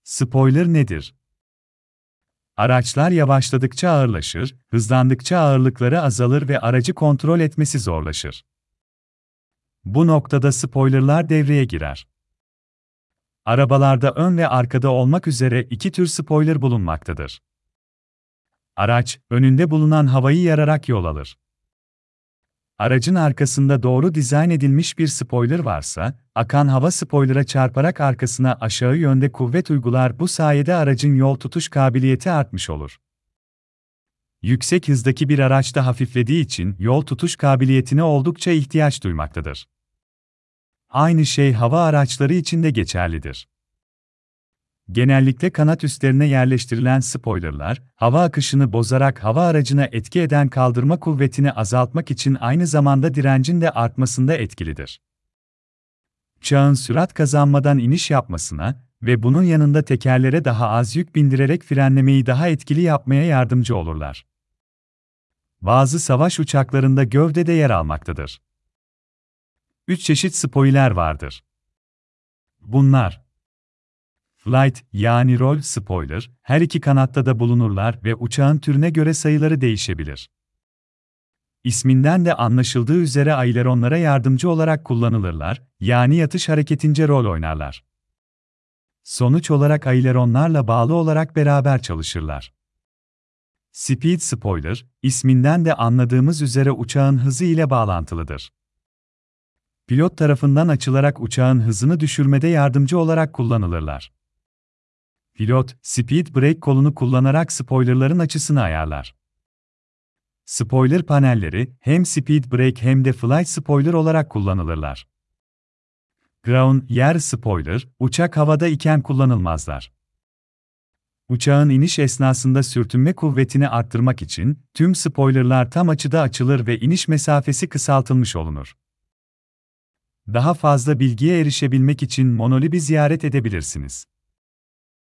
Spoiler nedir? Araçlar yavaşladıkça ağırlaşır, hızlandıkça ağırlıkları azalır ve aracı kontrol etmesi zorlaşır. Bu noktada spoilerlar devreye girer. Arabalarda ön ve arkada olmak üzere iki tür spoiler bulunmaktadır. Araç, önünde bulunan havayı yararak yol alır. Aracın arkasında doğru dizayn edilmiş bir spoiler varsa, akan hava spoiler'a çarparak arkasına aşağı yönde kuvvet uygular, bu sayede aracın yol tutuş kabiliyeti artmış olur. Yüksek hızdaki bir araçta hafiflediği için yol tutuş kabiliyetine oldukça ihtiyaç duymaktadır. Aynı şey hava araçları için de geçerlidir. Genellikle kanat üstlerine yerleştirilen spoilerlar, hava akışını bozarak hava aracına etki eden kaldırma kuvvetini azaltmak için aynı zamanda direncin de artmasında etkilidir. Uçağın sürat kazanmadan iniş yapmasına ve bunun yanında tekerlere daha az yük bindirerek frenlemeyi daha etkili yapmaya yardımcı olurlar. Bazı savaş uçaklarında gövde de yer almaktadır. 3 çeşit spoiler vardır. Bunlar: flight, yani roll spoiler, her iki kanatta da bulunurlar ve uçağın türüne göre sayıları değişebilir. İsminden de anlaşıldığı üzere aileronlara yardımcı olarak kullanılırlar, yani yatış hareketince rol oynarlar. Sonuç olarak aileronlarla bağlı olarak beraber çalışırlar. Speed spoiler, isminden de anladığımız üzere uçağın hızı ile bağlantılıdır. Pilot tarafından açılarak uçağın hızını düşürmede yardımcı olarak kullanılırlar. Pilot, speed brake kolunu kullanarak spoilerların açısını ayarlar. Spoiler panelleri, hem speed brake hem de flight spoiler olarak kullanılırlar. Ground, yer spoiler, uçak havada iken kullanılmazlar. Uçağın iniş esnasında sürtünme kuvvetini arttırmak için, tüm spoilerlar tam açıda açılır ve iniş mesafesi kısaltılmış olunur. Daha fazla bilgiye erişebilmek için Monolib'i ziyaret edebilirsiniz.